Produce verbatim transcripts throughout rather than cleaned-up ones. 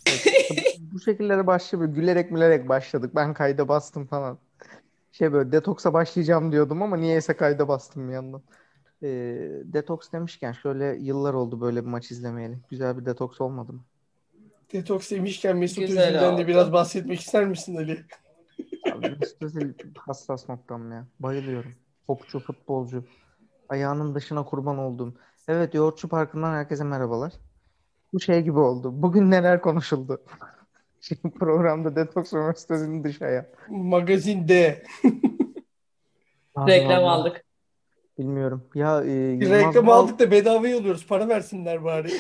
Evet. Bu şekilde de başlıyor. Gülerek mülerek başladık. Ben kayda bastım falan. Şey böyle detoksa başlayacağım diyordum ama niyeyse kayda bastım bir yandan. Ee, detoks demişken şöyle yıllar oldu böyle bir maç izlemeyeli. Güzel bir detoks olmadı mı? Detoks demişken Mesut Evet. Özil'den Güzel de biraz oldu. bahsetmek ister misin Ali? Abi Mesut Özil hassas noktam ya. Bayılıyorum. Topçu, futbolcu. Ayağının dışına kurban olduğum. Evet, Yoğurtçu Parkı'ndan herkese merhabalar. Bu şey gibi oldu. Bugün neler konuşuldu? Şimdi programda detoks ve Mesut Özil'in dış ayağı. Magazin D. Abi Reklam vallahi aldık. bilmiyorum. Ya e, Bir Yılmaz reklam Vural aldık da bedavaya alıyoruz. Para versinler bari.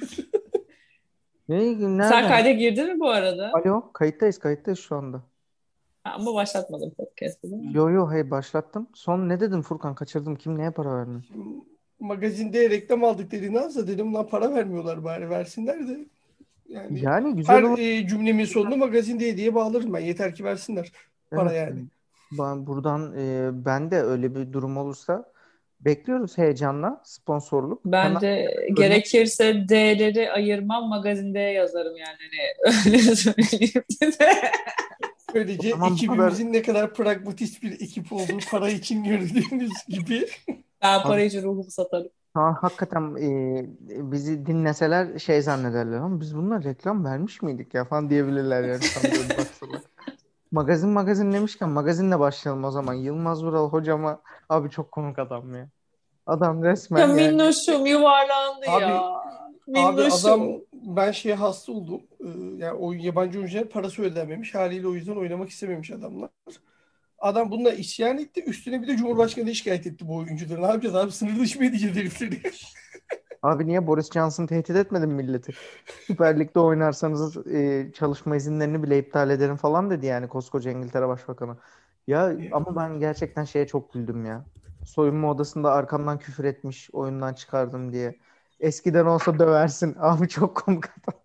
ne Sen nereden? kayda girdin mi bu arada? Alo, kayıttayız, kayıttayız şu anda. Ha, ama başlatmadım podcast'ı değil mi? Yo yo, hayır başlattım. Son ne dedim Furkan, kaçırdım. Kim neye para vermiyor? Magazin D reklam aldık dedi. Nasıl dedim lan, para vermiyorlar, bari versinler de. Yani Yani güzel her olur. e, cümlemin sonunu magazin D diye bağlarım ben. Yeter ki versinler para Evet. yani. Ben buradan e, ben de öyle bir durum olursa bekliyoruz heyecanla sponsorluk. Hemen Ben de örnek. gerekirse D'leri ayırmam, magazinde yazarım yani. Hani öyle söyleyeyim size. O Böylece zaman bu kadar. ekibimizin ne kadar pragmatist bir ekip olduğu para için gördüğümüz gibi. Ben Abi para için ruhumu satarım. şu an hakikaten e, bizi dinleseler şey zannederler ama biz bunlar reklam vermiş miydik ya falan diyebilirler yani şu an böyle bir baksalar. Magazin magazin demişken magazinle başlayalım o zaman. Yılmaz Vural hocama abi çok komik adam ya. Adam Ya resmen yani. minnoşum yuvarlandı Abi ya. abi adam, Minnoşum. ben şeye hasta oldum. Ee, yani o yabancı oyuncuların parası ödenmemiş. Haliyle o yüzden oynamak istememiş adamlar. Adam bununla isyan etti. Üstüne bir de Cumhurbaşkanı'na şikayet etti bu oyuncuları. Ne yapacağız abi? Sınır dışı mı edeceğiz herifleri? Abi niye Boris Johnson tehdit etmedi mi milleti? Süper Lig'de oynarsanız e, çalışma izinlerini bile iptal ederim falan dedi yani koskoca İngiltere Başbakanı. Ya ama ben gerçekten şeye çok güldüm ya. Soyunma odasında arkamdan küfür etmiş oyundan çıkardım diye. Eskiden olsa döversin. Abi çok komik adam.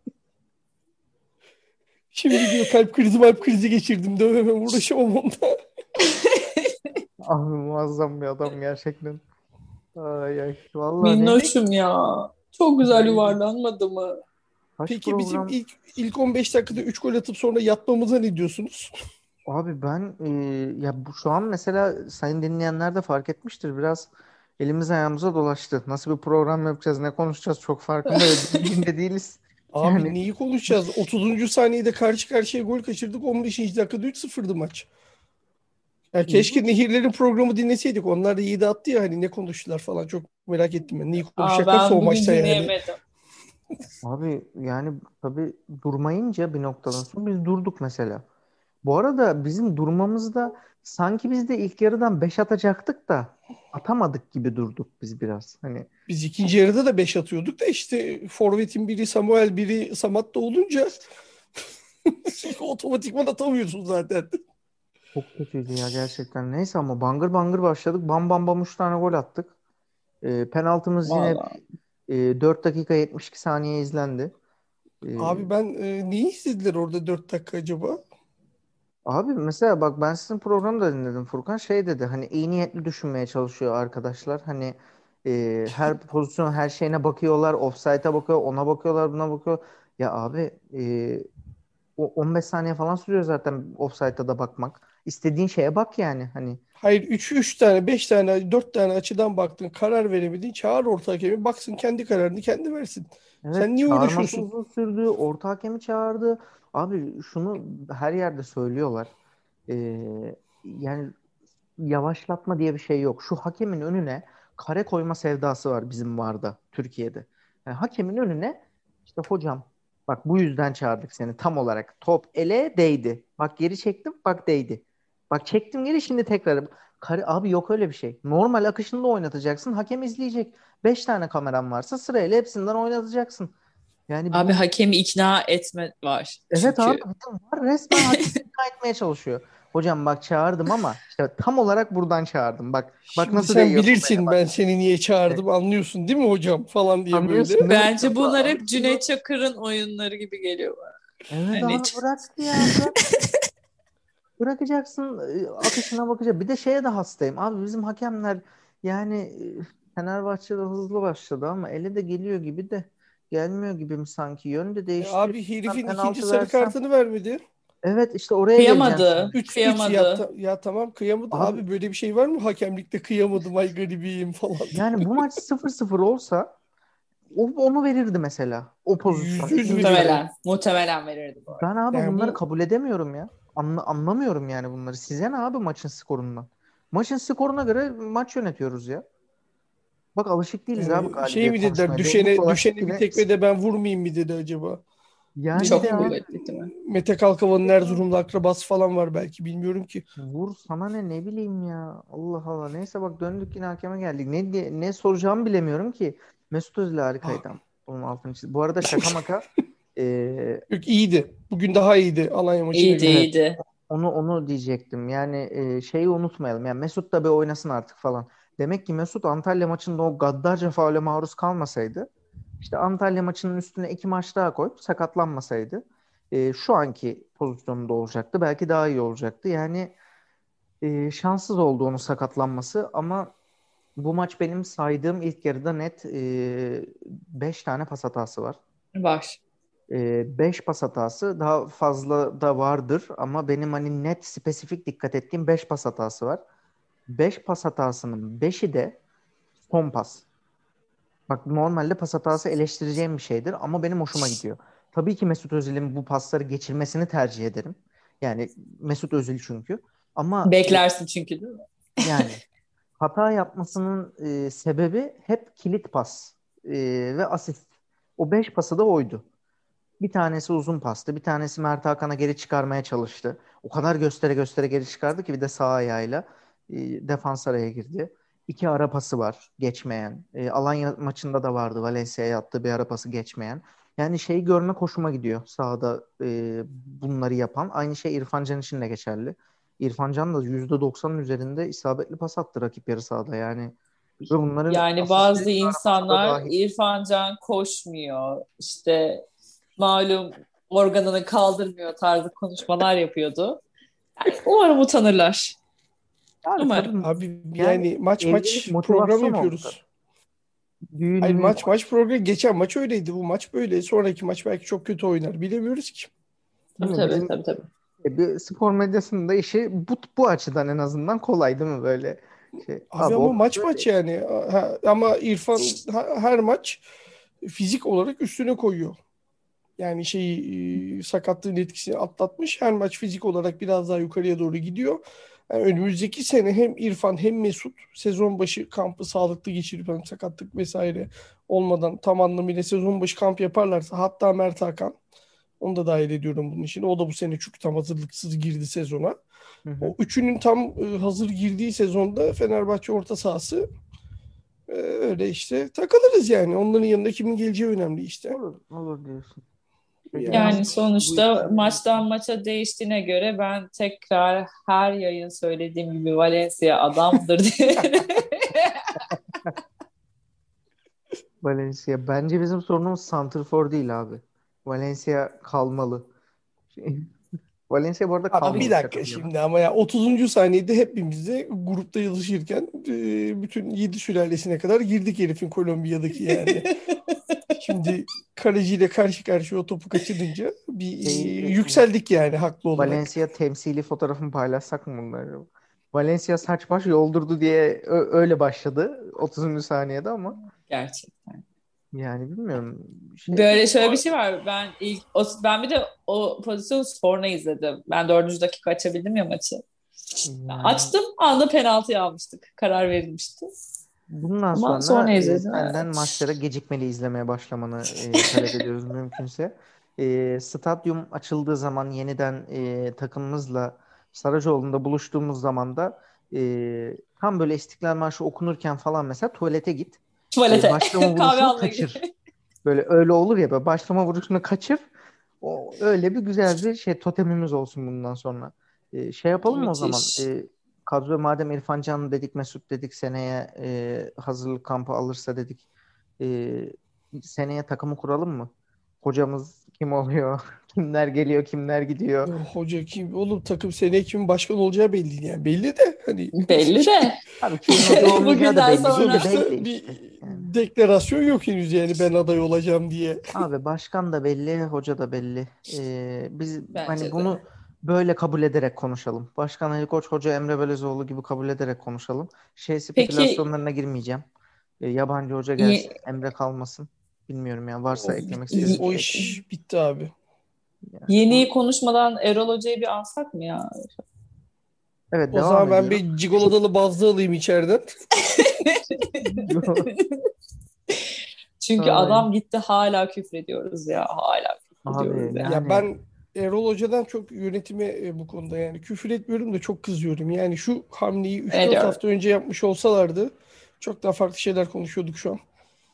Şimdi diyor kalp krizi kalp krizi geçirdim. Dövmeme uğraşamam onunla. Abi muazzam bir adam gerçekten. Ay ay. Vallahi ne? Minnoşum ya. Çok güzel Bayıldım. yuvarlanmadı mı? Kaç Peki bizim program? ilk ilk on beş dakikada üç gol atıp sonra yatmamıza ne diyorsunuz? Abi ben e, ya bu şu an mesela sayın dinleyenler de fark etmiştir. Biraz elimiz ayağımıza dolaştı. Nasıl bir program yapacağız, ne konuşacağız çok farkında ve bilincinde değiliz. Abi Yani neyi konuşacağız? otuzuncu saniyede karşı karşıya gol kaçırdık. on beşinci dakikada üç sıfırdı maç. Ya keşke ilginç. Nehirlerin programı dinleseydik. Onlar da iyi de attı ya, hani ne konuştular falan. Çok merak ettim ben. Neyi Aa, konuşacaklarsa ben o bugün maçta yani. dinleyemedim. Abi yani tabii durmayınca bir noktadan sonra biz durduk mesela. Bu arada bizim durmamızda sanki biz de ilk yarıdan beş atacaktık da atamadık gibi durduk biz biraz. Hani Biz ikinci yarıda da beş atıyorduk da işte forvetin biri Samuel, biri Samatta olunca otomatikman atamıyorsun zaten. çok kötüydü ya gerçekten. Neyse ama bangır bangır başladık. Bam bam bam üç tane gol attık. E, penaltımız yine Valla. e, dört dakika yetmiş iki saniye izlendi. E, Abi ben e, neyi izlediler orada dört dakika acaba? Abi mesela bak ben sizin programı da dinledim Furkan. Şey dedi hani iyi niyetli düşünmeye çalışıyor arkadaşlar. Hani e, her pozisyon her şeyine bakıyorlar. Ofsayta bakıyor, ona bakıyorlar, buna bakıyor. Ya abi e, o on beş saniye falan sürüyor zaten ofsayta da bakmak. İstediğin şeye bak yani hani. Hayır, üç üç tane, beş tane, dört tane açıdan baktın, karar veremedin. Çağır orta hakemi, baksın, kendi kararını kendi versin. Evet, Sen niye çağırması uğraşıyorsun? uzun sürdü. Orta hakemi çağırdı. Abi şunu her yerde söylüyorlar. E, yani yavaşlatma diye bir şey yok. Şu hakemin önüne kare koyma sevdası var bizim VAR'da Türkiye'de. Yani hakemin önüne işte hocam bak bu yüzden çağırdık seni tam olarak. Top ele değdi. Bak geri çektim bak değdi. Bak çektim geri şimdi tekrar. Kare, abi yok öyle bir şey. Normal akışında oynatacaksın. Hakem izleyecek. Beş tane kameran varsa sırayla hepsinden oynatacaksın. Yani Abi bu hakemi ikna etme var evet abi çünkü. hakem var resmen hakemi ikna etmeye çalışıyor. Hocam bak çağırdım ama işte tam olarak buradan çağırdım. Bak bak Şimdi nasıl sen değiyorsun beni bilirsin bak. ben seni niye Evet. çağırdım, anlıyorsun değil mi hocam falan diye böyle. Anlıyorsun değil mi? Bence Nasıl bunlar abi hep şunu? Cüneyt Çakır'ın oyunları gibi geliyor bana. Evet Hani abi bırak ya bırak. Bırakacaksın e, akışına bakacak. Bir de şeye de hastayım. Abi bizim hakemler yani e, Fenerbahçe'de hızlı başladı ama ele de geliyor gibi de. gelmiyor gibi mi sanki? Yönü de E değiştiriyor. abi herifin ikinci Penaltı sarı versem. kartını vermedi. Evet işte oraya geleceğim Kıyamadı. şimdi. üç üç ya, Kıyamadı. ta- ya tamam kıyamadı Abi abi, böyle bir şey var mı hakemlikte, kıyamadım ay garibiyim falan. yani bu maç sıfır sıfır olsa o- onu verirdi mesela. O pozisyon. Yüzde yüz ikinci yarı. verirdi. Muhtemelen. Muhtemelen verirdi bu arada. Ben abi Yani bunları bu kabul edemiyorum ya. Anla- anlamıyorum yani bunları. Size ne abi maçın skorundan? Maçın skoruna göre maç yönetiyoruz ya. Bak alışık değiliz abi yani şey galibiyet mi dediler, konuşmaya. Belli ki düşene ulaştık düşene bir yine. tekme de ben vurmayayım mı dedi acaba? Ne Yani bir Çok de bileyim, abi kuvvetli değil mi? Mete Kalkavan'ın Erzurum'da akrabası falan var belki, bilmiyorum ki. vur sana ne ne bileyim ya. Allah Allah. Neyse bak döndük yine hakeme geldik. Ne diye- ne soracağımı bilemiyorum ki. Mesut Özil Ah. harikaydı ama. Bunun altını çiz. Bu arada şaka maka e, Yok, iyiydi. Bugün daha iyiydi Alanya maçına İyiydi, göre. evet iyiydi. onu onu diyecektim. Yani e, şeyi unutmayalım. Yani Mesut da bir oynasın artık falan. Demek ki Mesut Antalya maçında o gaddarca faule maruz kalmasaydı, işte Antalya maçının üstüne iki maç daha koyup sakatlanmasaydı e, şu anki pozisyonunda olacaktı. Belki daha iyi olacaktı. Yani e, şanssız oldu onun sakatlanması ama bu maç benim saydığım ilk yarıda net beş tane pas hatası var. Var. Beş pas hatası daha fazla da vardır ama benim hani net spesifik dikkat ettiğim beş pas hatası var. Beş pas hatasının beşi de son pas. Bak normalde pas hatası eleştireceğim bir şeydir ama benim hoşuma gidiyor. Tabii ki Mesut Özil'in bu pasları geçirmesini tercih ederim. Yani Mesut Özil çünkü. Ama e, Beklersin çünkü değil mi? yani hata yapmasının e, sebebi hep kilit pas e, ve asist. O beş pası da oydu. Bir tanesi uzun pastı. Bir tanesi Mert Hakan'a geri çıkarmaya çalıştı. O kadar göstere göstere geri çıkardı ki bir de sağ ayağıyla e, defans araya girdi. İki ara pası var geçmeyen. E, Alanya maçında da vardı Valencia'ya attığı bir ara pası geçmeyen. Yani şeyi görmek hoşuma gidiyor sahada e, bunları yapan. Aynı şey İrfan Can için de geçerli. İrfan Can da yüzde doksanın üzerinde isabetli pas attı rakip yarı sahada yani. Ve bunların Yani asisti bazı ara pası da insanlar dahil. İrfan Can koşmuyor, işte malum organını kaldırmıyor tarzı konuşmalar yapıyordu. Yani umarım utanırlar. Abi tabii Umarım. Abi yani yani maç evlilik maç program motivasyon oldu tabii. yapıyoruz. Düğün Hayır, müğün maç maç program, geçen maç öyleydi, bu maç böyle. Sonraki maç belki çok kötü oynar, bilemiyoruz ki. değil Tabii mi? tabii Bizim tabii tabii. e, bir spor medyasında işi bu, bu açıdan en azından kolay değil mi böyle şey. Abi Abi ama o maç böyle maç yani. Ha- ama İrfan ha- her maç fizik olarak üstüne koyuyor. Yani şeyi, e, sakatlığın etkisini atlatmış. Her maç fizik olarak biraz daha yukarıya doğru gidiyor. Yani önümüzdeki sene hem İrfan hem Mesut sezon başı kampı sağlıklı geçirip, hani sakatlık vesaire olmadan tam anlamıyla sezon başı kamp yaparlarsa, hatta Mert Hakan, onu da dahil ediyorum bunun için. O da bu sene çünkü tam hazırlıksız girdi sezona. hı hı. O üçünün tam e, hazır girdiği sezonda Fenerbahçe orta sahası e, öyle işte takılırız yani. Onların yanında kimin geleceği önemli işte. Olur, olur diyorsun. Peki Yani abi Yani bu sonuçta ikili maçtan maça değiştiğine göre ben tekrar her yayın söylediğim gibi Valencia adamdır diye. Valencia bence bizim sorunumuz santrfor değil abi. Valencia kalmalı. Şey, Valencia bu arada Abi bir kalmalı şaka dakika bir yana. şimdi ama ya otuzuncu saniyede hepimiz grupta yazışırken e, bütün yedi sülalesine kadar girdik herifin Kolombiya'daki yani. Şimdi kaleciyle karşı karşıya o topu kaçırınca bir e, Şey, e, yükseldik yani haklı olarak. Valencia temsili fotoğrafını paylaşsak mı bunları? Valencia saç baş yoldurdu diye ö- öyle başladı otuzuncu saniyede ama Gerçekten. yani bilmiyorum şey Böyle şöyle bir şey var. Ben ilk o, ben bir de o pozisyonu sonra izledim. Ben dördüncü dakika açabildim ya maçı. yani Açtım, anda penaltıyı almıştık. Karar verilmişti. bundan Ama sonra sonra e, izledim, senden evet. maçlara gecikmeli izlemeye başlamanı e, talep ediyoruz mümkünse. E, stadyum açıldığı zaman yeniden e, takımımızla Saracoğlu'nda buluştuğumuz zaman da e, tam böyle İstiklal Marşı okunurken falan mesela tuvalete git. E, Tuvalete. başlama Kahve vuruşunu almaya kaçır. gidiyorum. Böyle öyle olur ya böyle başlama vuruşunu kaçır. O öyle bir güzel bir şey totemimiz olsun bundan sonra. Ee, şey yapalım mı o zaman? Müthiş. Ee, kadro madem İrfan Can dedik, Mesut dedik seneye e, hazırlık kampı alırsa dedik. Ee, seneye takımı kuralım mı? Hocamız kim oluyor? Kimler geliyor, kimler gidiyor? Ya hoca kim oğlum, takım seneye kimin başkan olacağı belli yani, belli de hani Belli de. Abi kimin hoca olmayacağı da Bugünden belli değil de sonra belli sonuçta bir işte. Yani. deklarasyon yok henüz yani ben aday olacağım diye. Abi başkan da belli, hoca da belli. Ee, biz hani Bence bunu de. böyle kabul ederek konuşalım. Başkan Ali Koç, hoca Emre Belözoğlu gibi kabul ederek konuşalım. Şey Peki spekülasyonlarına girmeyeceğim. Ee, yabancı hoca gelsin, y- Emre kalmasın. Bilmiyorum ya. Varsa O eklemek bitti. istediğim bir O şey y- ekleyin. iş bitti abi. Yani yeni bu konuşmadan Erol Hoca'yı bir alsak mı ya? evet, O devam zaman ben ediyorum. bir Cigoladalı bazlı alayım içeriden. Çünkü Ay, adam gitti hala küfrediyoruz ya. Hala küfrediyoruz abi ya. Ya yani ben Erol Hoca'dan çok yönetime e, bu konuda yani küfür etmiyorum da çok kızıyorum. Yani şu hamleyi üç dört Ediyorum. hafta önce yapmış olsalardı çok daha farklı şeyler konuşuyorduk şu an.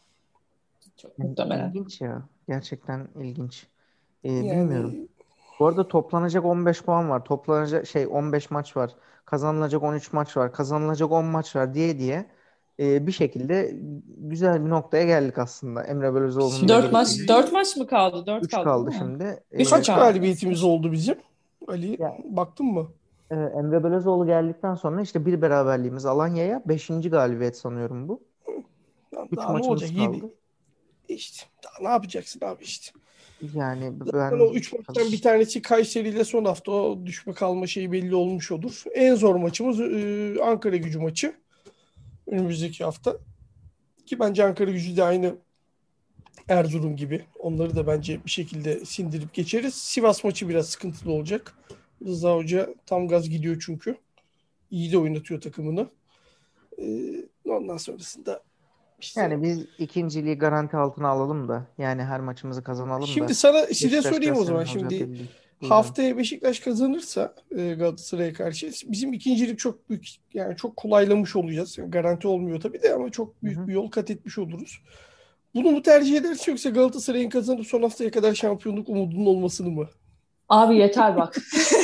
Çok yani muhtemelen. ilginç ya. Gerçekten ilginç. Ee, bilmiyorum. Yani Bu arada toplanacak on beş puan var. Toplanacak şey on beş maç var. Kazanılacak on üç maç var. Kazanılacak on maç var diye diye e, bir şekilde güzel bir noktaya geldik aslında. Emre Belözoğlu'nun da Dört şimdi maç, geleceği. dört maç mı kaldı? Dört üç kaldı kaldı değil mi? şimdi. Üç mü E, kaç kaldı? galibiyetimiz oldu bizim? Ali ya, baktın mı? e, Emre Belözoğlu geldikten sonra işte bir beraberliğimiz Alanya'ya. Beşinci galibiyet sanıyorum bu. Daha, Üç daha ne maçımız olacak? Yedi. kaldı. İşte daha ne yapacaksın abi işte. Yani Ben ben o üç maçtan bir tanesi Kayseri ile son hafta o düşme kalma şeyi belli olmuş olur. En zor maçımız e, Ankara Gücü maçı. Önümüzdeki hafta. Ki bence Ankara Gücü de aynı Erzurum gibi. Onları da bence bir şekilde sindirip geçeriz. Sivas maçı biraz sıkıntılı olacak. Rıza Hoca tam gaz gidiyor çünkü. İyi de oynatıyor takımını. Ee, ondan sonrasında işte yani biz ikinciliği garanti altına alalım da yani her maçımızı kazanalım şimdi da sana size Beşiktaş sorayım o gelsin zaman. ne olacağı Şimdi belli değil. Buyurun. haftaya Beşiktaş kazanırsa e, Galatasaray'a karşı bizim ikincilik çok büyük yani çok kolaylamış olacağız. Yani garanti olmuyor tabii de ama çok Hı büyük hı. bir yol kat etmiş oluruz. Bunu mu tercih edersin yoksa Galatasaray'ın kazanıp son haftaya kadar şampiyonluk umudunun olmasını mı? Abi yeter bak.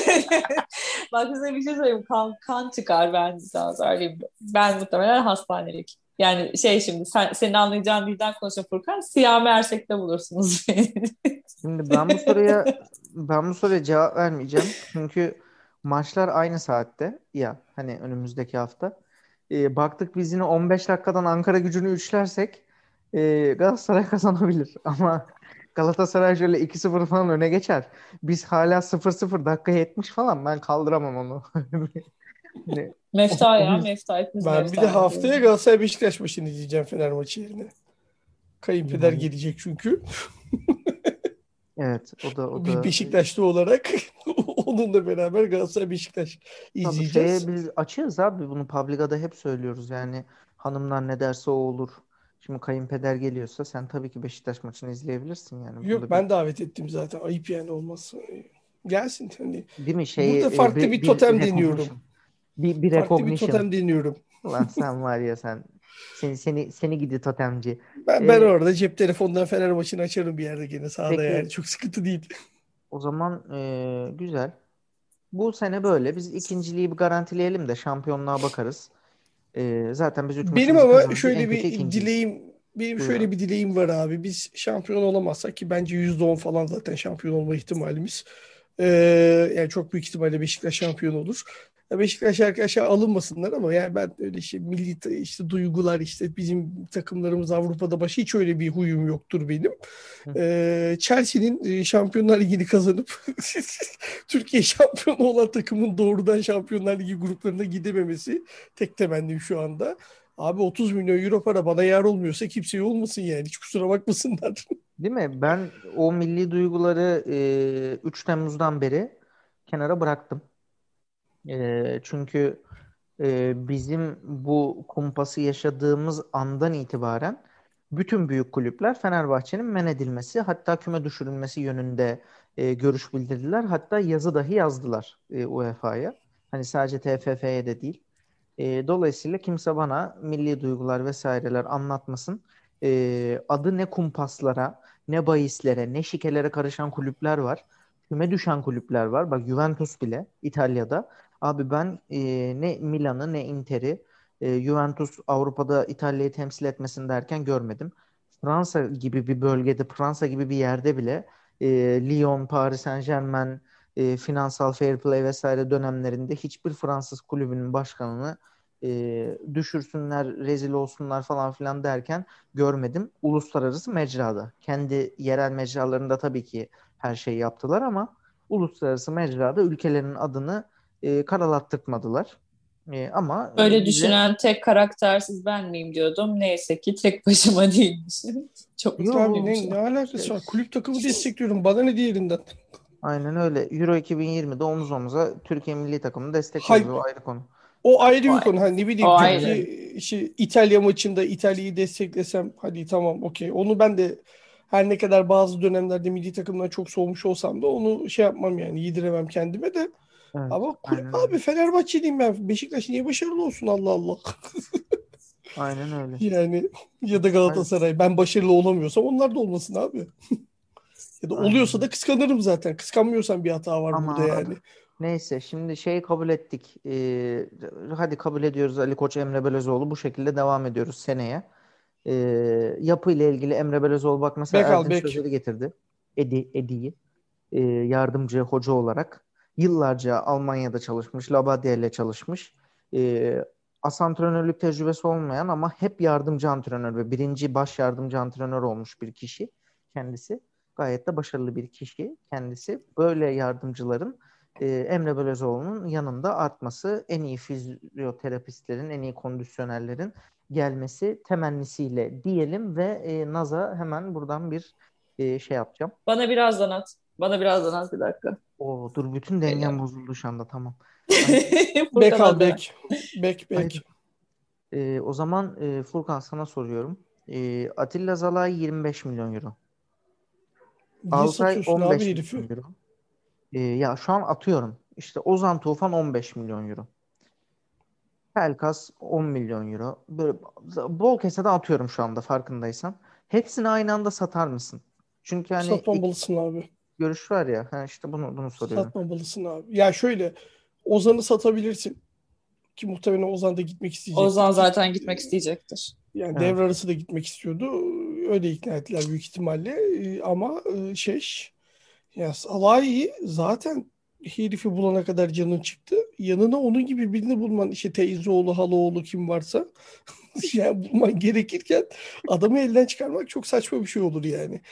Bak size bir şey söyleyeyim. Kan, kan çıkar ben sana söyleyeyim. Ben muhtemelen hastanelik. Yani şey şimdi sen, senin anlayacağın dilden konuşan Furkan. Siyami Ersek'te bulursunuz beni. Şimdi ben bu soruya ben bu soruya cevap vermeyeceğim. Çünkü maçlar aynı saatte ya hani önümüzdeki hafta. Ee, baktık biz yine on beş dakikadan Ankara Gücü'nü üçlersek e, Galatasaray kazanabilir. Ama Galatasaray şöyle iki sıfır falan öne geçer. Biz hala sıfır sıfır dakika yetmiş falan ben kaldıramam onu. Hani, o, Mefta o ya. yüzden Mefta. Hepimiz Ben bir de Mefta haftaya yapıyoruz. Galatasaray Beşiktaş maçını izleyeceğim Fener maçı yerine. Kayınpeder yani gelecek çünkü. evet o da o Bir da Beşiktaşlı olarak onunla beraber Galatasaray Beşiktaş tabii şeye izleyeceğiz. biz açığız abi bunu Publica'da hep söylüyoruz yani hanımlar ne derse o olur. Şimdi kayınpeder geliyorsa sen tabii ki Beşiktaş maçını izleyebilirsin yani Yok bunda bir ben davet ettim zaten. Ayıp yani olmazsa. Gelsin. Hani değil mi burada şeyi e, farklı bir, bir bir totem deniyorum. recognition bir, bir Farklı bir recognition totem deniyorum. ulan sen var ya sen seni seni seni gidi totemci. Ben ben E, orada cep telefonundan Fener maçını açarım bir yerde gene sahada yani. peki Çok sıkıntı değil. o zaman e, güzel. Bu sene böyle biz ikinciliği bir garantileyelim de şampiyonluğa bakarız. E, zaten biz üç Benim maçımızı ama kazanınca en şöyle kötü bir ikinciyiz. dileğim benim Buyur şöyle abi. bir dileğim var abi. Biz şampiyon olamazsak ki bence yüzde on falan zaten şampiyon olma ihtimalimiz. Ee, yani çok büyük ihtimalle Beşiktaş şampiyon olur. Ya Beşiktaş arkadaşlar alınmasınlar ama yani ben öyle işte milli ta- işte duygular işte bizim takımlarımız Avrupa'da başı hiç öyle bir huyum yoktur benim. Hı. Ee, Chelsea'nin e, Şampiyonlar Ligi'ni kazanıp Türkiye şampiyonu olan takımın doğrudan Şampiyonlar Ligi gruplarına gidememesi tek temennim şu anda. Abi otuz milyon euro para bana yar olmuyorsa kimseye olmasın yani. Hiç kusura bakmasınlar. Değil mi? Ben o milli duyguları e, üç Temmuz'dan beri kenara bıraktım. E, çünkü e, bizim bu kumpası yaşadığımız andan itibaren bütün büyük kulüpler Fenerbahçe'nin men edilmesi hatta küme düşürülmesi yönünde e, görüş bildirdiler. Hatta yazı dahi yazdılar e, U E F A'ya. Hani sadece T F F'ye de değil. E, dolayısıyla kimse bana milli duygular vesaireler anlatmasın. E, adı ne kumpaslara, ne bahislere, ne şikelere karışan kulüpler var. Küme düşen kulüpler var. Bak Juventus bile İtalya'da. Abi ben e, ne Milan'ı ne Inter'i e, Juventus Avrupa'da İtalya'yı temsil etmesin derken görmedim. Fransa gibi bir bölgede, Fransa gibi bir yerde bile e, Lyon, Paris Saint-Germain, e, finansal fair play vesaire dönemlerinde hiçbir Fransız kulübünün başkanını e, düşürsünler, rezil olsunlar falan filan derken görmedim. Uluslararası mecrada. Kendi yerel mecralarında tabii ki her şeyi yaptılar ama uluslararası mecrada ülkelerin adını e, karalattırmadılar. E, ama Öyle bize düşünen tek karaktersiz ben miyim diyordum. Neyse ki tek başıma değilmişim. Çok Yok mutlu abi yo ne, ne olmuşum. alakası var? Kulüp takımı destekliyorum. Bana ne diğerinden? aynen öyle. Euro iki bin yirmide omuz omuza Türkiye milli takımını destekleriz. Hay, O ayrı konu. o ayrı O, bir konu. Hani ne o bileyim ayrı. dünkü şey, İtalya maçında İtalya'yı desteklesem hadi tamam okey. Onu ben de her ne kadar bazı dönemlerde milli takımdan çok soğumuş olsam da onu şey yapmam yani yediremem kendime de. Evet, Ama kulüp aynen öyle. abi Fenerbahçe'liyim ben. Beşiktaş niye başarılı olsun Allah Allah. Aynen öyle. Yani ya da Aynen, Galatasaray. Ben başarılı olamıyorsam onlar da olmasın abi. Ya da aynen oluyorsa öyle. da kıskanırım zaten. Kıskanmıyorsam bir hata var burada Ama yani. neyse şimdi şeyi kabul ettik. Ee, hadi kabul ediyoruz Ali Koç, Emre Belözoğlu bu şekilde devam ediyoruz seneye. Ee, yapı ile ilgili Emre Belözoğlu bak mesela Bek al Erdinç bek. Sözleri getirdi. Edi, Edi'yi e, yardımcı hoca olarak yıllarca Almanya'da çalışmış, Labadia ile çalışmış. E, as antrenörlük tecrübesi olmayan ama hep yardımcı antrenör ve birinci baş yardımcı antrenör olmuş bir kişi kendisi. Gayet de başarılı bir kişi kendisi. Böyle yardımcıların e, Emre Belözoğlu'nun yanında artması, en iyi fizyoterapistlerin, en iyi kondisyonerlerin gelmesi temennisiyle diyelim ve e, Naz'a hemen buradan bir e, şey yapacağım. Bana birazdan at. Bana birazdan at bir dakika. Oo, dur bütün dengem Geliyorum. bozuldu şu anda, tamam. Haydi. Bek Furkan al hazır. bek. Bek Haydi. bek. Ee, o zaman e, Furkan sana soruyorum. Ee, Atilla Zalai yirmi beş milyon euro. Niye Altay satıyorsun abi on beş milyon herifi? euro. Ee, ya şu an atıyorum. İşte Ozan Tufan on beş milyon euro. Pelkas on milyon euro. Böyle bol keseden atıyorum şu anda farkındaysan. Hepsini aynı anda satar mısın? Çünkü hani iki Satmamalısın abi. görüş var ya. Ha işte bunu bunu soruyorum. Satmamalısın abi. Ya şöyle Ozan'ı satabilirsin. Ki muhtemelen Ozan da gitmek isteyecektir Ozan ki zaten e, gitmek isteyecektir. yani Evet. devre arası da gitmek istiyordu. Öyle ikna ettiler büyük ihtimalle. E, Ama e, şey ya Salahi zaten herifi bulana kadar canın çıktı. Yanına onun gibi birini bulman işte teyzeoğlu, halaoğlu kim varsa yani bulman gerekirken adamı elden çıkarmak çok saçma bir şey olur yani.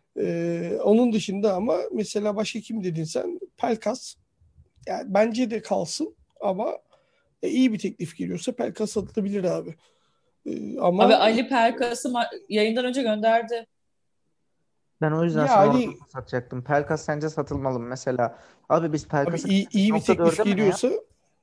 E, onun dışında ama mesela başka kim dedin sen? Pelkas. Yani bence de kalsın ama e, iyi bir teklif geliyorsa Pelkas satılabilir abi. E, Abi ama Ali Pelkas'ı ma- yayından önce gönderdi. Ben o yüzden sana oradan yani satacaktım. Pelkas sence satılmalı mı? Mesela abi biz abi Pelkas'ı iyi, iyi bir teklif bir nokta dörde mi ne ya? geliyorsa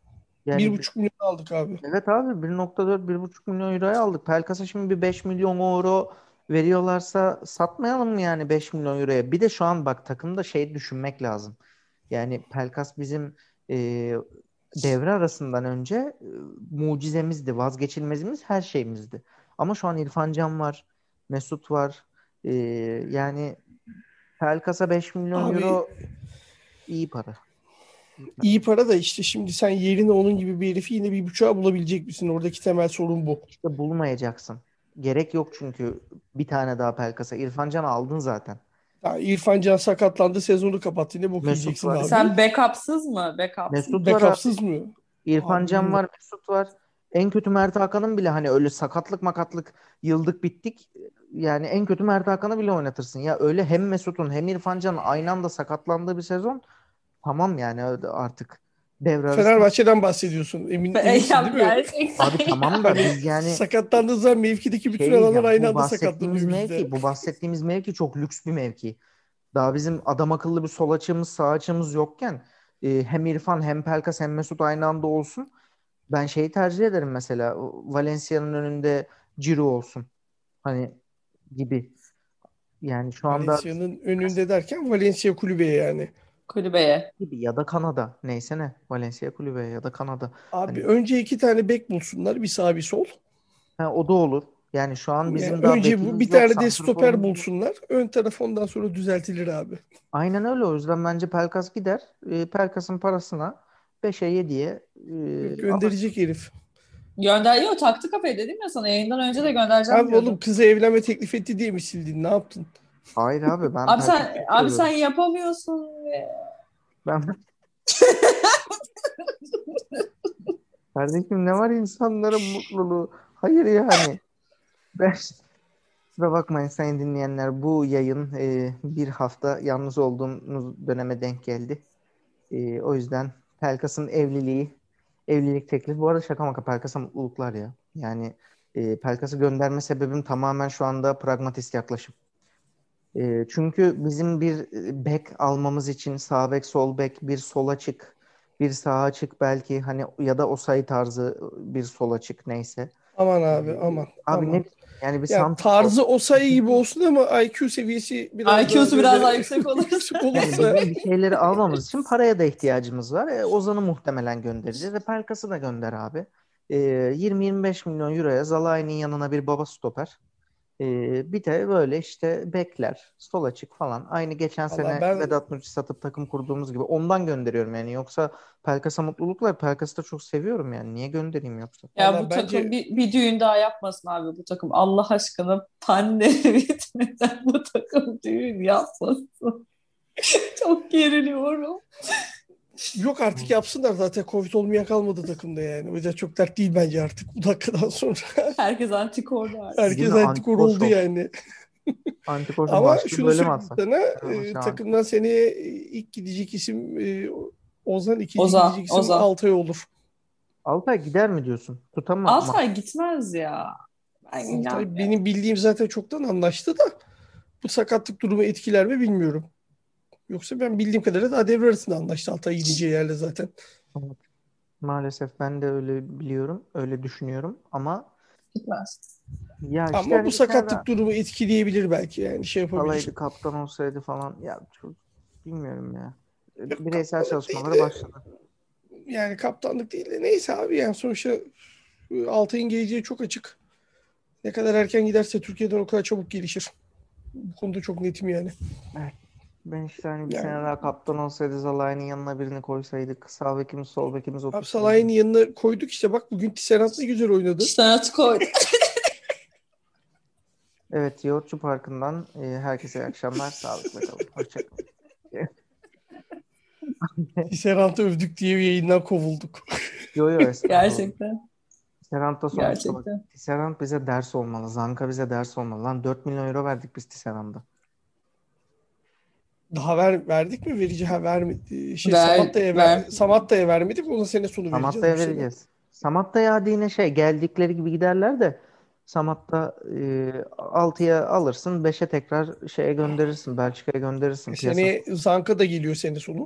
bir Yani bi- buçuk milyon aldık abi. evet abi bir nokta dört bir buçuk milyon euroya aldık. Pelkas'a şimdi bir beş milyon euro veriyorlarsa satmayalım mı yani beş milyon euroya? Bir de şu an bak takımda şey düşünmek lazım. Yani Pelkas bizim e, devre arasından önce e, mucizemizdi, vazgeçilmezimiz, her şeyimizdi. Ama şu an İrfan Can var, Mesut var. E, yani Pelkas'a beş milyon Abi euro iyi para. İyi para. iyi para da işte şimdi sen yerine onun gibi bir herifi yine bir buçuğa bulabilecek misin? Oradaki temel sorun bu. İşte bulmayacaksın. Gerek yok çünkü bir tane daha Pelkas'a. İrfan Can'ı aldın zaten. Ya İrfan Can sakatlandı sezonu kapattı. Ne bok Mesut yiyeceksin var. abi? Sen backupsız mı? Backupsız Mesut mı? var abi. Backupsız mı? İrfan Abi Can var. bilmiyorum. Mesut var. En kötü Mert Hakan'ın bile hani öyle sakatlık makatlık yıldık bittik. Yani en kötü Mert Hakan'ı bile oynatırsın. Ya öyle hem Mesut'un hem İrfan Can'ın aynı anda sakatlandığı bir sezon. Tamam yani öyle artık devre arası. Fenerbahçe'den bahsediyorsun. Emin, eminsin Ya değil mi? gerçekten Abi tamam ya. da Hani biz yani sakatlandığı zaman mevkideki şey bütün adamlar diyeceğim. aynı Bu anda bahsettiğimiz sakatlanıyor bizde. mevki, bu bahsettiğimiz mevki çok lüks bir mevki. Daha bizim adam akıllı bir sol açığımız, sağ açığımız yokken e, hem İrfan hem Pelkas hem Mesut aynı anda olsun. Ben şeyi tercih ederim mesela. Valencia'nın önünde Ciro olsun. Hani gibi. Yani şu anda Valencia'nın önünde derken Valencia kulübeye yani. Kulübeye. gibi ya da Kanada. Neyse ne. Valencia kulübe ya da Kanada. Abi Hani önce iki tane bek bulsunlar. Bir sağ bir sol. ha, o da olur. Yani şu an Yani bizim daha önce bu- bir bekimiz yok. tane de stoper Santrforumuz yok. bulsunlar. Ön taraf ondan sonra düzeltilir abi. Aynen öyle. O yüzden bence Pelkas gider. E, Pelkas'ın parasına beşe yediye Yok, e, alırsın. gönderecek herif. Gönderiyor. Taktı kafayı dedim ya sana. Yayından önce de göndereceğim Abi oğlum diyordu. kızı evlenme teklif etti diye mi sildin? Ne yaptın? Hayır abi ben Abi Pelkas'ı sen çok abi sen seviyorum. yapamıyorsun. Ben Kardeşim ne var insanların mutluluğu? Hayır yani. Ben, kusura bakmayın sayın dinleyenler. Bu yayın e, bir hafta yalnız olduğumuz döneme denk geldi. E, o yüzden Pelkas'ın evliliği, evlilik teklifi. Bu arada şaka maka Pelkas'a mutluluklar ya. Yani e, Pelkas'ı gönderme sebebim tamamen şu anda pragmatist yaklaşım. E, çünkü bizim bir e, bek almamız için sağ bek, sol bek, bir sol açık, bir sağ açık belki hani ya da Osayi tarzı bir sol açık neyse. Aman E, abi, aman abi aman. ne yani bir Yani santrfor. tarzı o sayı gibi olsun ama I Q seviyesi biraz daha I Q'su biraz daha böyle yüksek olursa. yüksek Yani olursa bizim bir şeyleri almamız için paraya da ihtiyacımız var. E, Ozan'ı muhtemelen göndereceğiz. E, Pelkas'ı da gönder abi. E, yirmi yirmi beş milyon euroya Zalai'nin yanına bir baba stoper. E, bir de böyle işte bekler, sol açık falan. Aynı geçen valla sene ben Vedat Muriç'i satıp takım kurduğumuz gibi. Ondan gönderiyorum yani. Yoksa Pelkas'a mutluluklar. Pelkas'ı da çok seviyorum yani. Niye göndereyim yoksa? Ya valla bu takım bence bir, bir düğün daha yapmasın abi bu takım. Allah aşkına pandemi bitmeden bu takım düğün yapmasın. Çok geriliyorum. yok, artık yapsınlar, zaten Covid olmayan kalmadı takımda yani. O yüzden çok dert değil bence artık bu dakikadan sonra. Herkes antikorlu artık. Değil Herkes mi? antikor oldu Antikoşu. yani. Antikoşu Ama başlığı şunu böyle mi söyleyeyim atsak? sana, e, Fenerbahçe Antikoşu. takımdan seneye e, ilk gidecek isim e, Ozan, ikinci Ozan, gidecek isim Ozan. Altay olur. Altay gider mi diyorsun? Tutamam. Altay gitmez ya. Ben Altay inanmıyorum. benim bildiğim zaten çoktan anlaştı da bu sakatlık durumu etkiler mi bilmiyorum. Yoksa ben bildiğim kadarıyla daha devre arasında anlaştı Altay gideceği yerle zaten. Evet, maalesef ben de öyle biliyorum, öyle düşünüyorum ama Gitmez. ya işte Ama hani bu bir tane daha sakatlık durumu etkileyebilir belki, yani şey yapabilir. kalaydı, kaptan olsaydı falan ya çok bilmiyorum ya. Yok, Bireysel kaptanlık değil çalışmaları de, başladı. yani kaptanlık değil de neyse abi, yani sonuçta e, Altay'ın geleceği çok açık. Ne kadar erken giderse Türkiye'den o kadar çabuk gelişir. Bu konuda çok netim yani. Evet. Ben işte hani bir sene Yani daha kaptan olsaydı Zalai'nin yanına birini koysaydık. Sağ bekimiz, sol bekimiz abi otursaydı. Salah'ın yanına koyduk işte, bak bugün Tisserand ne güzel oynadı. İşte artık koydu. Evet, Yoğurtçu Parkı'ndan e, herkese iyi akşamlar. Sağlıkla kalın. Hoşçakalın. Tisserand'ı övdük diye bir yayından kovulduk. Yo yo estağfurullah. Gerçekten. Tisserand da sonuçta bak. Gerçekten. Tisserand bize ders olmalı. Zanka bize ders olmalı. Lan dört milyon euro verdik biz Tisserand'a. Daha ver, verdik mi? Verici ha vermedi. Şey Ver, Samatta'ya ver, ver. Samatta'ya vermedik. Ona sene sonu vereceğiz bu Samatta'ya sene. vereceğiz. Samatta'ya hadi yine şey geldikleri gibi giderler de Samatta e, altıya alırsın. Beşe tekrar şeye gönderirsin. Belçika'ya gönderirsin. E Piyasa. seneye Zanka da geliyor sene sonu.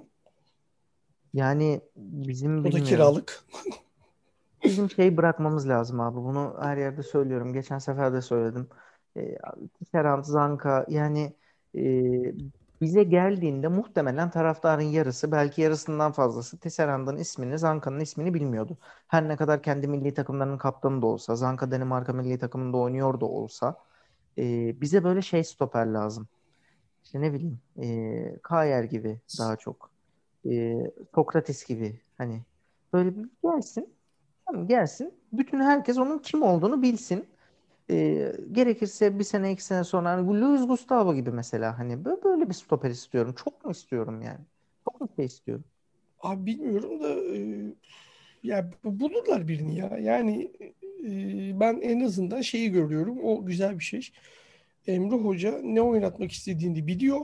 Yani bizim O da bilmiyorum. kiralık. Bizim şeyi bırakmamız lazım abi. Bunu her yerde söylüyorum. Geçen sefer de söyledim. E, Tisserand, Zanka yani e, bize geldiğinde muhtemelen taraftarın yarısı belki yarısından fazlası Tisserand'ın ismini, Zanka'nın ismini bilmiyordu. Her ne kadar kendi milli takımlarının kaptanı da olsa, Zanka Danimarka milli takımında oynuyor da olsa e, bize böyle şey stoper lazım. İşte ne bileyim e, Kayer gibi daha çok. E, Sokratis gibi hani böyle bir gelsin. Tamam, gelsin. Bütün herkes onun kim olduğunu bilsin. Ee, gerekirse bir sene iki sene sonra hani bu Luis Gustavo gibi mesela hani böyle, böyle bir stoper istiyorum. Çok mu istiyorum yani? Çok mu şey istiyorum? Abi bilmiyorum da e, ya bu- bulurlar birini ya. Yani e, ben en azından şeyi görüyorum. O güzel bir şey. Emre Hoca ne oynatmak istediğini biliyor.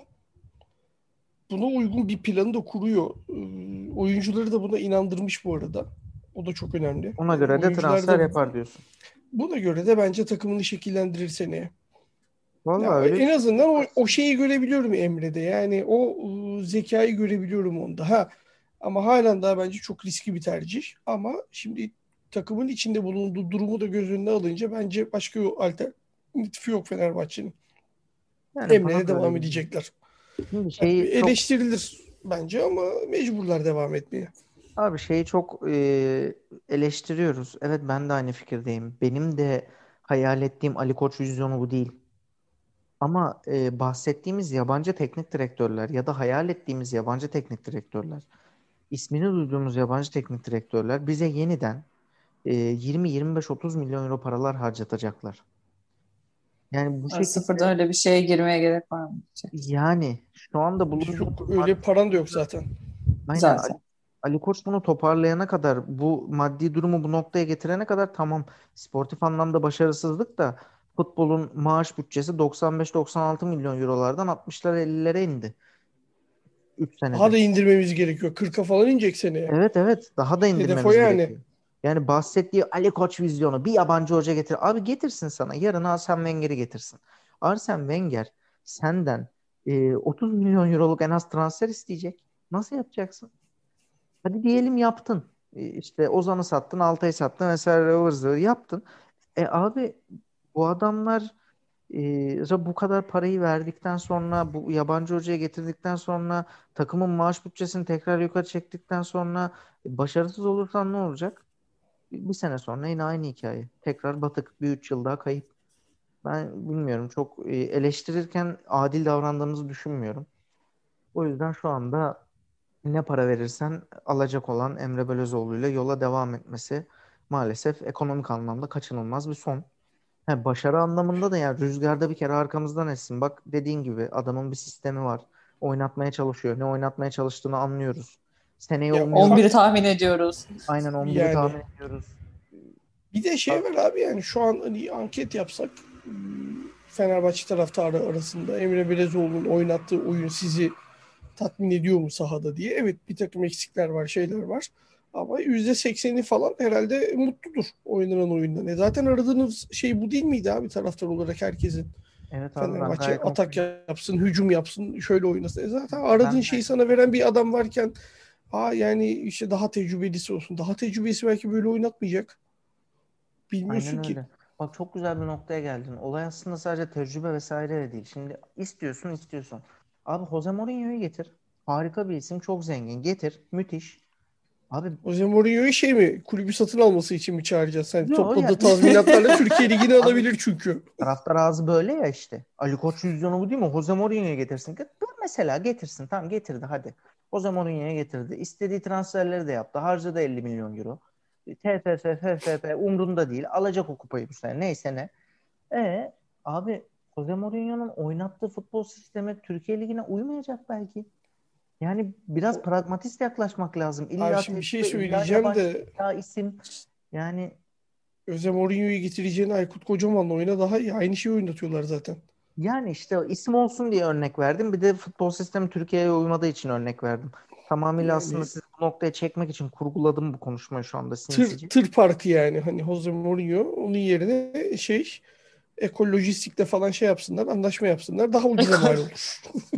Buna uygun bir planı da kuruyor. E, oyuncuları da buna inandırmış bu arada. O da çok önemli. Ona Yani göre de oyuncular transfer da yapar diyorsun. buna göre de bence takımını şekillendirir seneye. Vallahi Ya öyle bir en şey azından o, yaparsın. o şeyi görebiliyorum Emre'de. Yani o e, zekayı görebiliyorum onda. Ha, ama halen daha bence çok riskli bir tercih. Ama şimdi takımın içinde bulunduğu durumu da göz önüne alınca bence başka bir alternatifi yok Fenerbahçe'nin. Yani bana Emre'de da öyle devam geliyor. edecekler. Şimdi Yani şeyi çok eleştirilir bence ama mecburlar devam etmeye. abi şeyi çok e, eleştiriyoruz. Evet ben de aynı fikirdeyim. Benim de hayal ettiğim Ali Koç vizyonu bu değil. Ama e, bahsettiğimiz yabancı teknik direktörler ya da hayal ettiğimiz yabancı teknik direktörler, ismini duyduğumuz yabancı teknik direktörler bize yeniden e, yirmi yirmi beş otuz milyon euro paralar harcatacaklar. Yani bu Yani sıfırda şekilde öyle bir şeye girmeye gerek var mı diyecektim. yani şu anda Çok bulunduğumuz öyle maddi paran da yok durumda zaten. aynen Ali, Zaten. Ali Koç bunu toparlayana kadar, bu maddi durumu bu noktaya getirene kadar tamam, sportif anlamda başarısızlık da futbolun maaş bütçesi doksan beş doksan altı milyon eurolardan altmışlara ellilere indi üç Daha senede. da indirmemiz gerekiyor. kırka falan inecek seneye. Evet, evet, daha da Hedef o indirmemiz yani. gerekiyor. Yani bahsettiği Ali Koç vizyonu, bir yabancı hoca getir. Abi getirsin sana. Yarın Arsene Wenger'i getirsin. Arsene Wenger senden e, otuz milyon euroluk en az transfer isteyecek. Nasıl yapacaksın? Hadi diyelim yaptın. E, işte Ozan'ı sattın, Altay'ı sattın vesaire, ıvır zıvır yaptın. E abi, bu adamlar e, bu kadar parayı verdikten sonra, bu yabancı hocaya getirdikten sonra, takımın maaş bütçesini tekrar yukarı çektikten sonra e, başarısız olursan ne olacak? Bir, bir sene sonra yine aynı hikaye. Tekrar batık. Bir üç yıl daha kayıp. Ben bilmiyorum. Çok e, eleştirirken adil davrandığımızı düşünmüyorum. O yüzden şu anda ne para verirsen alacak olan Emre Belözoğlu ile yola devam etmesi maalesef ekonomik anlamda kaçınılmaz bir son. He, başarı anlamında da, yani rüzgarda bir kere arkamızdan essin. Bak, dediğin gibi adamın bir sistemi var. Oynatmaya çalışıyor. Ne oynatmaya çalıştığını anlıyoruz. Seneye Ya umuyorum. ufak on biri tahmin ediyoruz. Aynen on biri yani. tahmin ediyoruz. Bir de şey var abi, yani şu an hani anket yapsak hmm, Fenerbahçe taraftarı arasında Emre Belezoğlu'nun oynattığı oyun sizi tatmin ediyor mu sahada diye. Evet, bir takım eksikler var, şeyler var. Ama yüzde sekseni falan herhalde mutludur oynanan oyundan. E zaten aradığınız şey bu değil miydi abi, taraftar olarak herkesin? Evet abi, ben Fenerbahçe gayet atak mutluyum. yapsın, hücum yapsın, şöyle oynasın. E zaten aradığın Ben şeyi gayet sana veren bir adam varken, ha yani işte daha tecrübelisi olsun. Daha tecrübesi belki böyle oynatmayacak. Aynen Bilmiyorsun ki. öyle. Bak, çok güzel bir noktaya geldin. Olay aslında sadece tecrübe vesaire de değil. Şimdi istiyorsun istiyorsun. Abi, Jose Mourinho'yu getir. Harika bir isim, çok zengin. Getir. Müthiş. Abi, Jose Mourinho'yu şey mi, kulübü satın alması için mi çağıracağız? Sen yok ya. topladığı tazminatlarla Türkiye Ligi'ni Abi, alabilir çünkü. taraftar ağzı böyle ya işte. Ali Koç vizyonu bu değil mi? Jose Mourinho'yu getirsin. Bu mesela getirsin. Tamam, getirdi hadi. Jose Mourinho'yu getirdi. İstediği transferleri de yaptı. Harcadı elli milyon euro. T F F, F F P umrunda değil. Alacak o kupayı bu sene. Neyse ne. E abi, Jose Mourinho'nun oynattığı futbol sistemi Türkiye Ligi'ne uymayacak belki. Yani biraz pragmatist yaklaşmak lazım. Abi İlla şimdi bir şey tecrübe, illa söyleyeceğim yabancı, de illa isim. Yani Jose Mourinho'yu getireceğini Aykut Kocaman'la oyna daha iyi. Aynı şeyi oynatıyorlar zaten. yani işte o isim olsun diye örnek verdim. Bir de futbol sistemi Türkiye'ye uymadığı için örnek verdim. Tamamıyla aslında Yani sizi bu noktaya çekmek için kurguladım bu konuşmayı şu anda tır sinsice. tır parkı yani. Hani Jose Mourinho onun yerine şey, ekolojistikle falan şey yapsınlar, anlaşma yapsınlar. Daha ucuza mal Ekol, olur.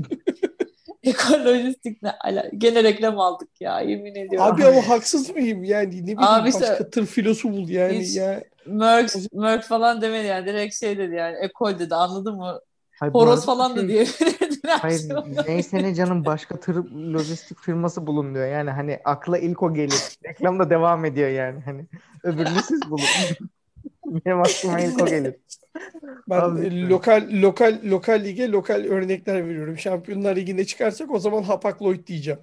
ekolojistik ne ala? Gene reklam aldık ya, yemin ediyorum. Abi ama haksız mıyım? Yani ne Abi bileyim, işte başka tır filosu bul yani hiç ya. Merck, Merck falan demedi yani, direkt şey dedi yani, ekol dedi, anladın mı? Hayır, bu Horoz arada da falan da şey, diyebilirdiler hayır, şimdi ona. neyse ne canım, başka tır lojistik firması bulun diyor. Yani hani akla ilk o gelir. Reklam da devam ediyor yani. Hani öbürünü siz bulun. Benim aklıma ilk o gelir. Ben Abi e, bilmiyorum. lokal lokal lokal lige lokal örnekler veriyorum. Şampiyonlar Ligi'ne çıkarsak o zaman Hapag Lloyd diyeceğim.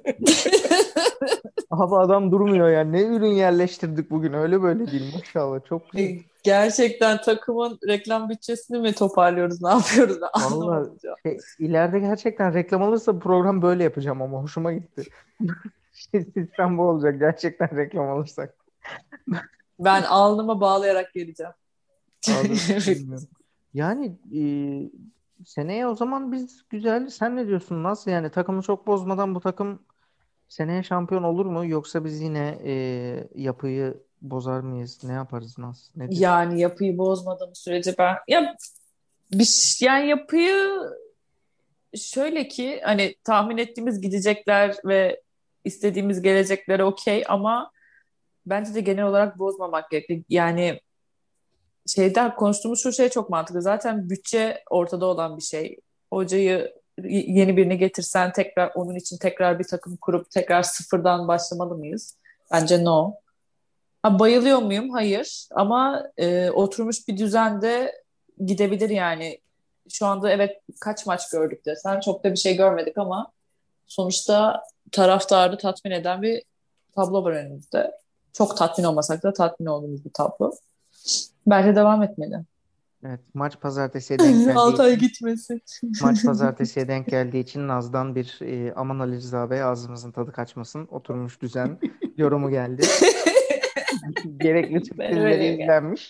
Abi, adam durmuyor yani. Ne ürün yerleştirdik bugün. Öyle böyle değil maşallah. Çok güzel. E, Gerçekten takımın reklam bütçesini mi toparlıyoruz, ne yapıyoruz, ben Vallahi anlamadım ya. şey, ileride gerçekten reklam alırsa bu program böyle yapacağım ama hoşuma gitti. Şey, sistem bu olacak gerçekten reklam alırsak. Ben alnıma bağlayarak geleceğim. Abi bilmiyorum. Yani e, seneye o zaman biz güzel. Sen ne diyorsun? Nasıl yani, takımı çok bozmadan bu takım seneye şampiyon olur mu? Yoksa biz yine e, yapıyı bozar mıyız? Ne yaparız? Nasıl? Nedir? Yani yapıyı bozmadığım sürece ben ya bir yani yapıyı şöyle ki, hani tahmin ettiğimiz gidecekler ve istediğimiz geleceklere okey, ama bence de genel olarak bozmamak gerekli. Yani şeyden konuştuğumuz şu şey çok mantıklı. Zaten bütçe ortada olan bir şey. Hocayı y- yeni birini getirsen tekrar onun için tekrar bir takım kurup tekrar sıfırdan başlamalı mıyız? Bence no. Ha, bayılıyor muyum? Hayır. Ama e, oturmuş bir düzende gidebilir yani. Şu anda evet, kaç maç gördük desen çok da bir şey görmedik, ama sonuçta taraftarı tatmin eden bir tablo var önümüzde. Çok tatmin olmasak da tatmin olduğumuz bir tablo. Bence devam etmeli. Evet, maç pazartesiye denk geldiği Altay için gitmesin. maç pazartesiye denk geldiği için Naz'dan bir e, aman Ali Rıza Bey ağzımızın tadı kaçmasın. Oturmuş düzen yorumu geldi. Gerekli Türk Ben dizileri öyle gel. izlenmiş.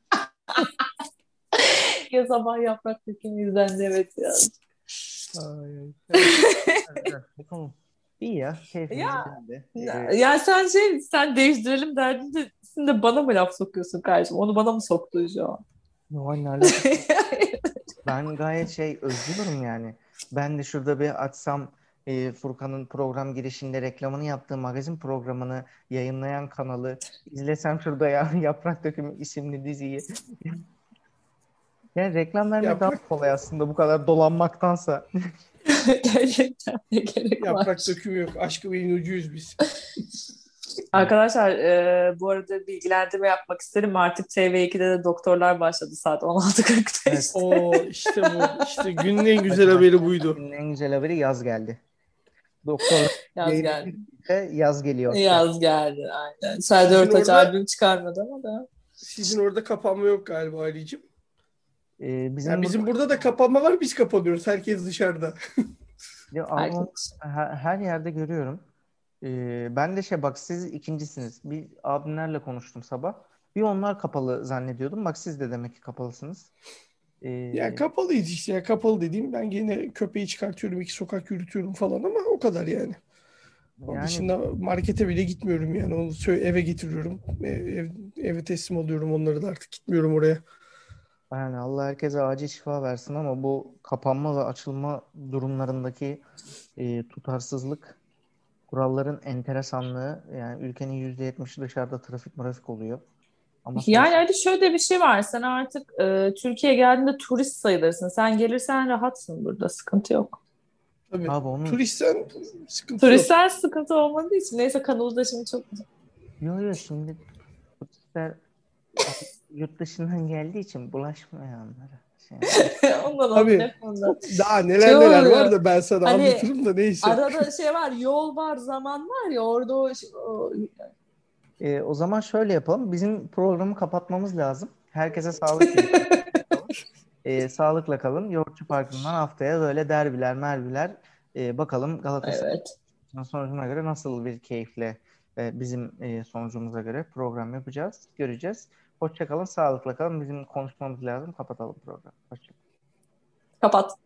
Ya sabah yaprak dökümü izlendi, evet ya. Ay, ay. Evet, evet, bakalım. İyi ya, keyfimiz Ya yerinde. Ee, ya sen şey sen değiştirelim derdinde sen de bana mı laf sokuyorsun kardeşim? Onu bana mı soktun şu an? Noel ne alakası? Ben gayet şey özlüyorum yani. Ben de şurada bir açsam e, Furkan'ın program girişinde reklamını yaptığı magazin programını yayınlayan kanalı izlesem şurada ya Yaprak Dökümü isimli diziyi. Yani reklam vermek daha Yaprak kolay aslında bu kadar dolanmaktansa. Gerçekten ne gerek var? yaprak dökümü yok. Aşkı ve ucuyuz biz. Arkadaşlar e, bu arada bilgilendirme yapmak isterim. Artık T V ikide de doktorlar başladı saat on altı kırkta Evet. işte. O işte bu. İşte günün en güzel Hadi haberi başlayalım. buydu. Günün en güzel haberi yaz geldi. Doktorlar Yaz yayını geldi. bitince yaz geliyor. Yaz geldi aynen. Serdar Sizin Ortaç orada albüm çıkarmadı ama da. sizin orada kapanma yok galiba Ali'cim. Ee, Ya bizim burada bizim burada da kapanma var, biz kapanıyoruz. Herkes dışarıda. ya, abi onu Herkes. her, her yerde görüyorum. Ee, ben de şey bak siz ikincisiniz. Bir abimlerle konuştum sabah. Bir onlar kapalı zannediyordum. Bak siz de demek ki kapalısınız. Ya Ee, kapalıyız işte ya. Kapalı dediğim, ben yine köpeği çıkartıyorum, iki sokak yürütüyorum falan ama o kadar yani. Onun yani dışında markete bile gitmiyorum yani. Onu sö- eve getiriyorum. Ev, ev- eve teslim alıyorum onları da, artık gitmiyorum oraya. yani Allah herkese acil şifa versin ama bu kapanma ve açılma durumlarındaki e, tutarsızlık, kuralların enteresanlığı yani ülkenin yüzde yetmişi dışarıda trafik mırafik oluyor. Ama Yani sosyal hadi şöyle bir şey var. Sen artık e, Türkiye'ye geldiğinde turist sayılırsın. Sen gelirsen rahatsın burada. Sıkıntı yok. Tabii. abi onun Turistsen sıkıntı yok. Turistler sıkıntı olmadığı için. Neyse kanalı da şimdi çok yo yo şimdi turistler yurt dışından geldiği için bulaşmıyor onlara. Şey yapmıyor. ondan onun Tabii. hep ondan. Daha Şey neler neler var oluyor. da ben sana Hani anlatırım da neyse. arada şey var, yol var, zaman var ya orada o, o- E, o zaman şöyle yapalım. Bizim programı kapatmamız lazım. Herkese sağlık diliyorum. E, sağlıkla kalın. Yoğurtçu Parkı'ndan haftaya böyle derbiler, merbiler. E, bakalım Galatasaray'ın evet. sonucuna göre nasıl bir keyifle e, bizim e, sonucumuza göre program yapacağız. Göreceğiz. Hoşça kalın, sağlıkla kalın. Bizim konuşmamız lazım. Kapatalım programı. Hoşça Kapat.